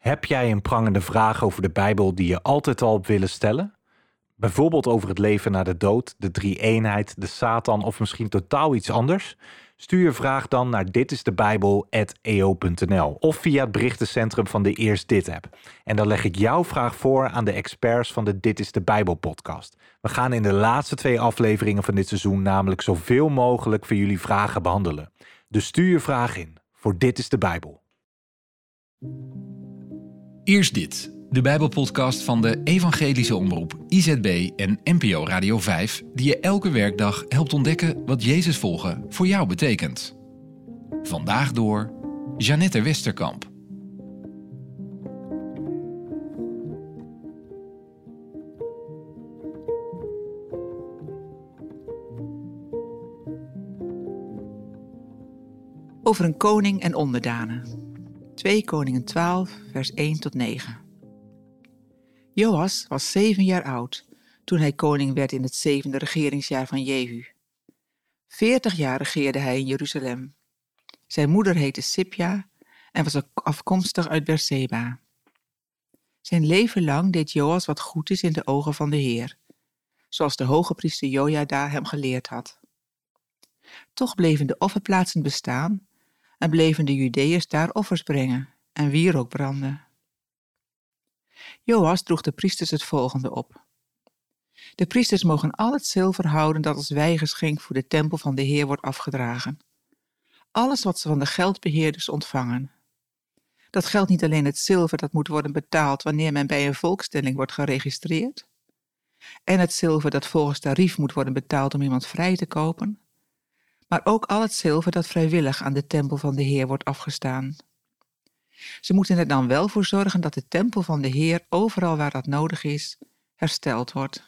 Heb jij een prangende vraag over de Bijbel die je altijd al hebt willen stellen? Bijvoorbeeld over het leven na de dood, de drie-eenheid, de Satan of misschien totaal iets anders? Stuur je vraag dan naar ditisdebijbel@eo.nl of via het berichtencentrum van de Eerst Dit app. En dan leg ik jouw vraag voor aan de experts van de Dit is de Bijbel podcast. We gaan in de laatste 2 afleveringen van dit seizoen namelijk zoveel mogelijk voor jullie vragen behandelen. Dus stuur je vraag in voor Dit is de Bijbel. Eerst dit, de Bijbelpodcast van de Evangelische Omroep, IZB en NPO Radio 5... die je elke werkdag helpt ontdekken wat Jezus volgen voor jou betekent. Vandaag door Jeannette Westerkamp. Over een koning en onderdanen. 2 Koningen 12, vers 1 tot 9. Joas was 7 jaar oud toen hij koning werd in het 7e regeringsjaar van Jehu. 40 jaar regeerde hij in Jeruzalem. Zijn moeder heette Sipja en was afkomstig uit Beerseba. Zijn leven lang deed Joas wat goed is in de ogen van de Heer, zoals de hoge priester Jojada hem geleerd had. Toch bleven de offerplaatsen bestaan en bleven de Judeërs daar offers brengen en wierook branden. Joas droeg de priesters het volgende op. De priesters mogen al het zilver houden dat als wijgeschenk voor de tempel van de Heer wordt afgedragen. Alles wat ze van de geldbeheerders ontvangen. Dat geldt niet alleen het zilver dat moet worden betaald wanneer men bij een volkstelling wordt geregistreerd, en het zilver dat volgens tarief moet worden betaald om iemand vrij te kopen, maar ook al het zilver dat vrijwillig aan de tempel van de Heer wordt afgestaan. Ze moeten er dan wel voor zorgen dat de tempel van de Heer overal waar dat nodig is, hersteld wordt.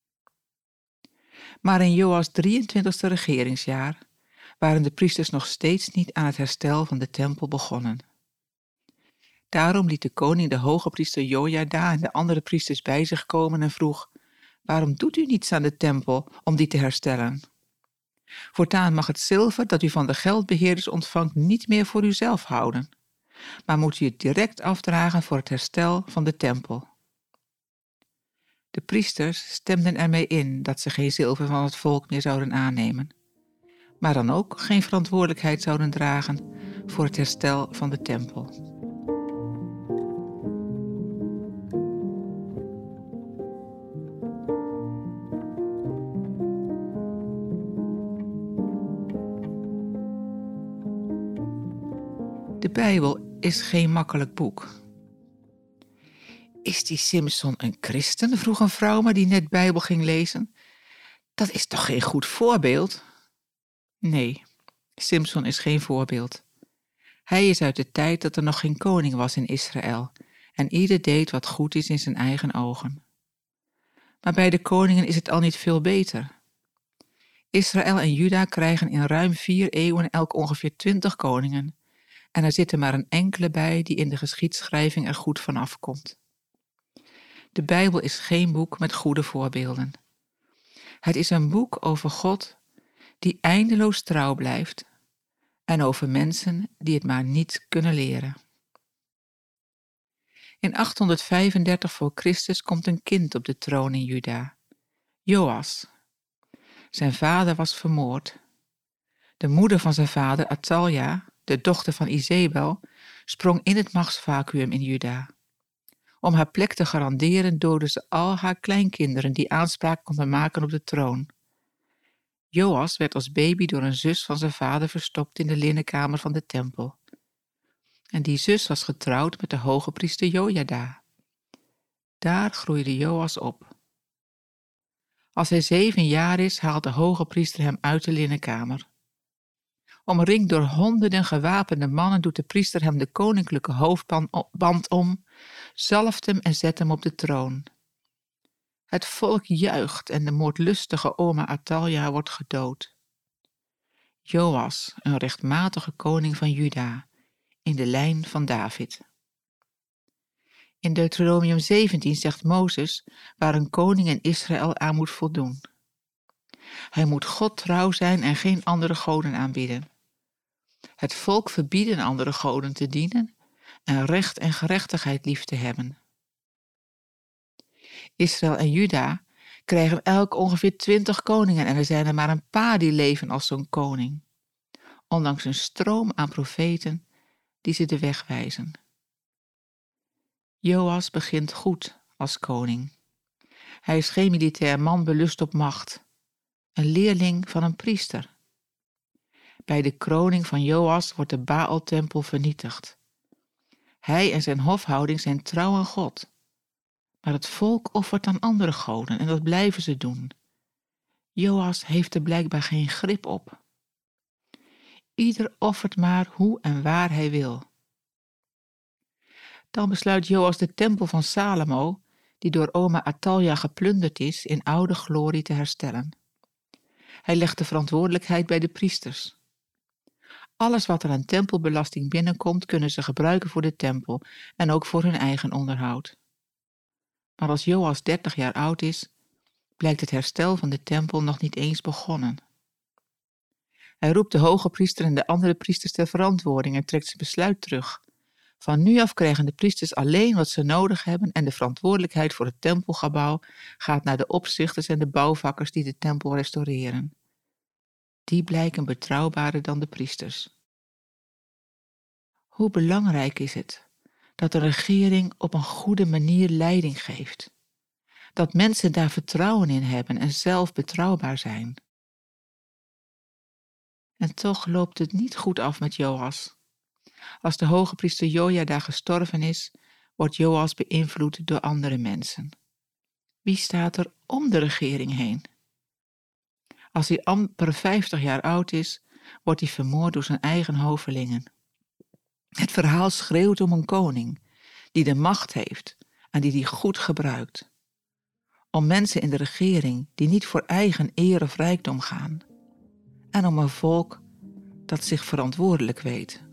Maar in Joas 23e regeringsjaar waren de priesters nog steeds niet aan het herstel van de tempel begonnen. Daarom liet de koning de hoge priester Jojada en de andere priesters bij zich komen en vroeg: waarom doet u niets aan de tempel om die te herstellen? Voortaan mag het zilver dat u van de geldbeheerders ontvangt niet meer voor uzelf houden, maar moet u het direct afdragen voor het herstel van de tempel. De priesters stemden ermee in dat ze geen zilver van het volk meer zouden aannemen, maar dan ook geen verantwoordelijkheid zouden dragen voor het herstel van de tempel. De Bijbel is geen makkelijk boek. Is die Simson een christen? Vroeg een vrouw me die net Bijbel ging lezen. Dat is toch geen goed voorbeeld? Nee, Simson is geen voorbeeld. Hij is uit de tijd dat er nog geen koning was in Israël en ieder deed wat goed is in zijn eigen ogen. Maar bij de koningen is het al niet veel beter. Israël en Juda krijgen in ruim 4 eeuwen elk ongeveer 20 koningen. En er zit er maar een enkele bij die in de geschiedschrijving er goed van afkomt. De Bijbel is geen boek met goede voorbeelden. Het is een boek over God die eindeloos trouw blijft en over mensen die het maar niet kunnen leren. In 835 voor Christus komt een kind op de troon in Juda, Joas. Zijn vader was vermoord. De moeder van zijn vader, Athalja, de dochter van Izebel, sprong in het machtsvacuüm in Juda. Om haar plek te garanderen doodde ze al haar kleinkinderen die aanspraak konden maken op de troon. Joas werd als baby door een zus van zijn vader verstopt in de linnenkamer van de tempel. En die zus was getrouwd met de hoge priester Jojada. Daar groeide Joas op. Als hij 7 jaar is, haalt de hoge priester hem uit de linnenkamer. Omringd door honderden gewapende mannen doet de priester hem de koninklijke hoofdband om, zalft hem en zet hem op de troon. Het volk juicht en de moordlustige oma Athalja wordt gedood. Joas, een rechtmatige koning van Juda, in de lijn van David. In Deuteronomium 17 zegt Mozes waar een koning in Israël aan moet voldoen. Hij moet God trouw zijn en geen andere goden aanbidden. Het volk verbiedt andere goden te dienen en recht en gerechtigheid lief te hebben. Israël en Juda krijgen elk ongeveer 20 koningen en er zijn er maar een paar die leven als zo'n koning, ondanks een stroom aan profeten die ze de weg wijzen. Joas begint goed als koning. Hij is geen militair man belust op macht, een leerling van een priester. Bij de kroning van Joas wordt de Baal-tempel vernietigd. Hij en zijn hofhouding zijn trouw aan God. Maar het volk offert aan andere goden en dat blijven ze doen. Joas heeft er blijkbaar geen grip op. Ieder offert maar hoe en waar hij wil. Dan besluit Joas de tempel van Salomo, die door oma Athalja geplunderd is, in oude glorie te herstellen. Hij legt de verantwoordelijkheid bij de priesters. Alles wat er aan tempelbelasting binnenkomt, kunnen ze gebruiken voor de tempel en ook voor hun eigen onderhoud. Maar als Joas 30 jaar oud is, blijkt het herstel van de tempel nog niet eens begonnen. Hij roept de hoge priester en de andere priesters ter verantwoording en trekt zijn besluit terug. Van nu af krijgen de priesters alleen wat ze nodig hebben en de verantwoordelijkheid voor het tempelgebouw gaat naar de opzichters en de bouwvakkers die de tempel restaureren. Die blijken betrouwbaarder dan de priesters. Hoe belangrijk is het dat de regering op een goede manier leiding geeft, dat mensen daar vertrouwen in hebben en zelf betrouwbaar zijn. En toch loopt het niet goed af met Joas. Als de hoge priester Jojada gestorven is, wordt Joas beïnvloed door andere mensen. Wie staat er om de regering heen? Als hij amper 50 jaar oud is, wordt hij vermoord door zijn eigen hovelingen. Het verhaal schreeuwt om een koning die de macht heeft en die goed gebruikt. Om mensen in de regering die niet voor eigen eer of rijkdom gaan. En om een volk dat zich verantwoordelijk weet.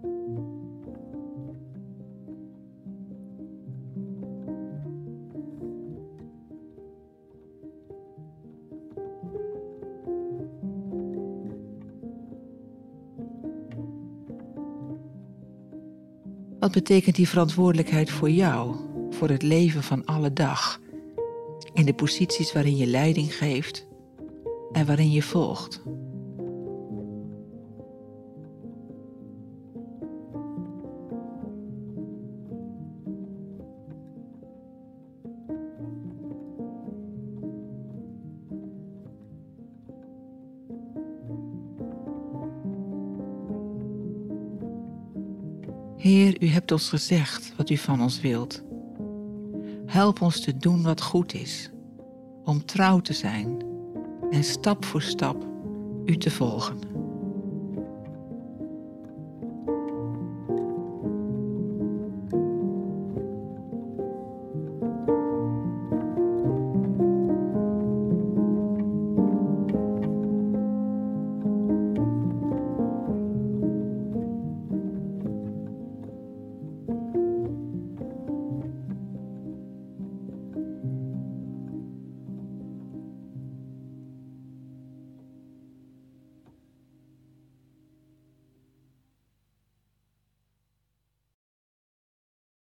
Wat betekent die verantwoordelijkheid voor jou, voor het leven van alle dag, in de posities waarin je leiding geeft en waarin je volgt? Heer, u hebt ons gezegd wat u van ons wilt. Help ons te doen wat goed is, om trouw te zijn en stap voor stap u te volgen.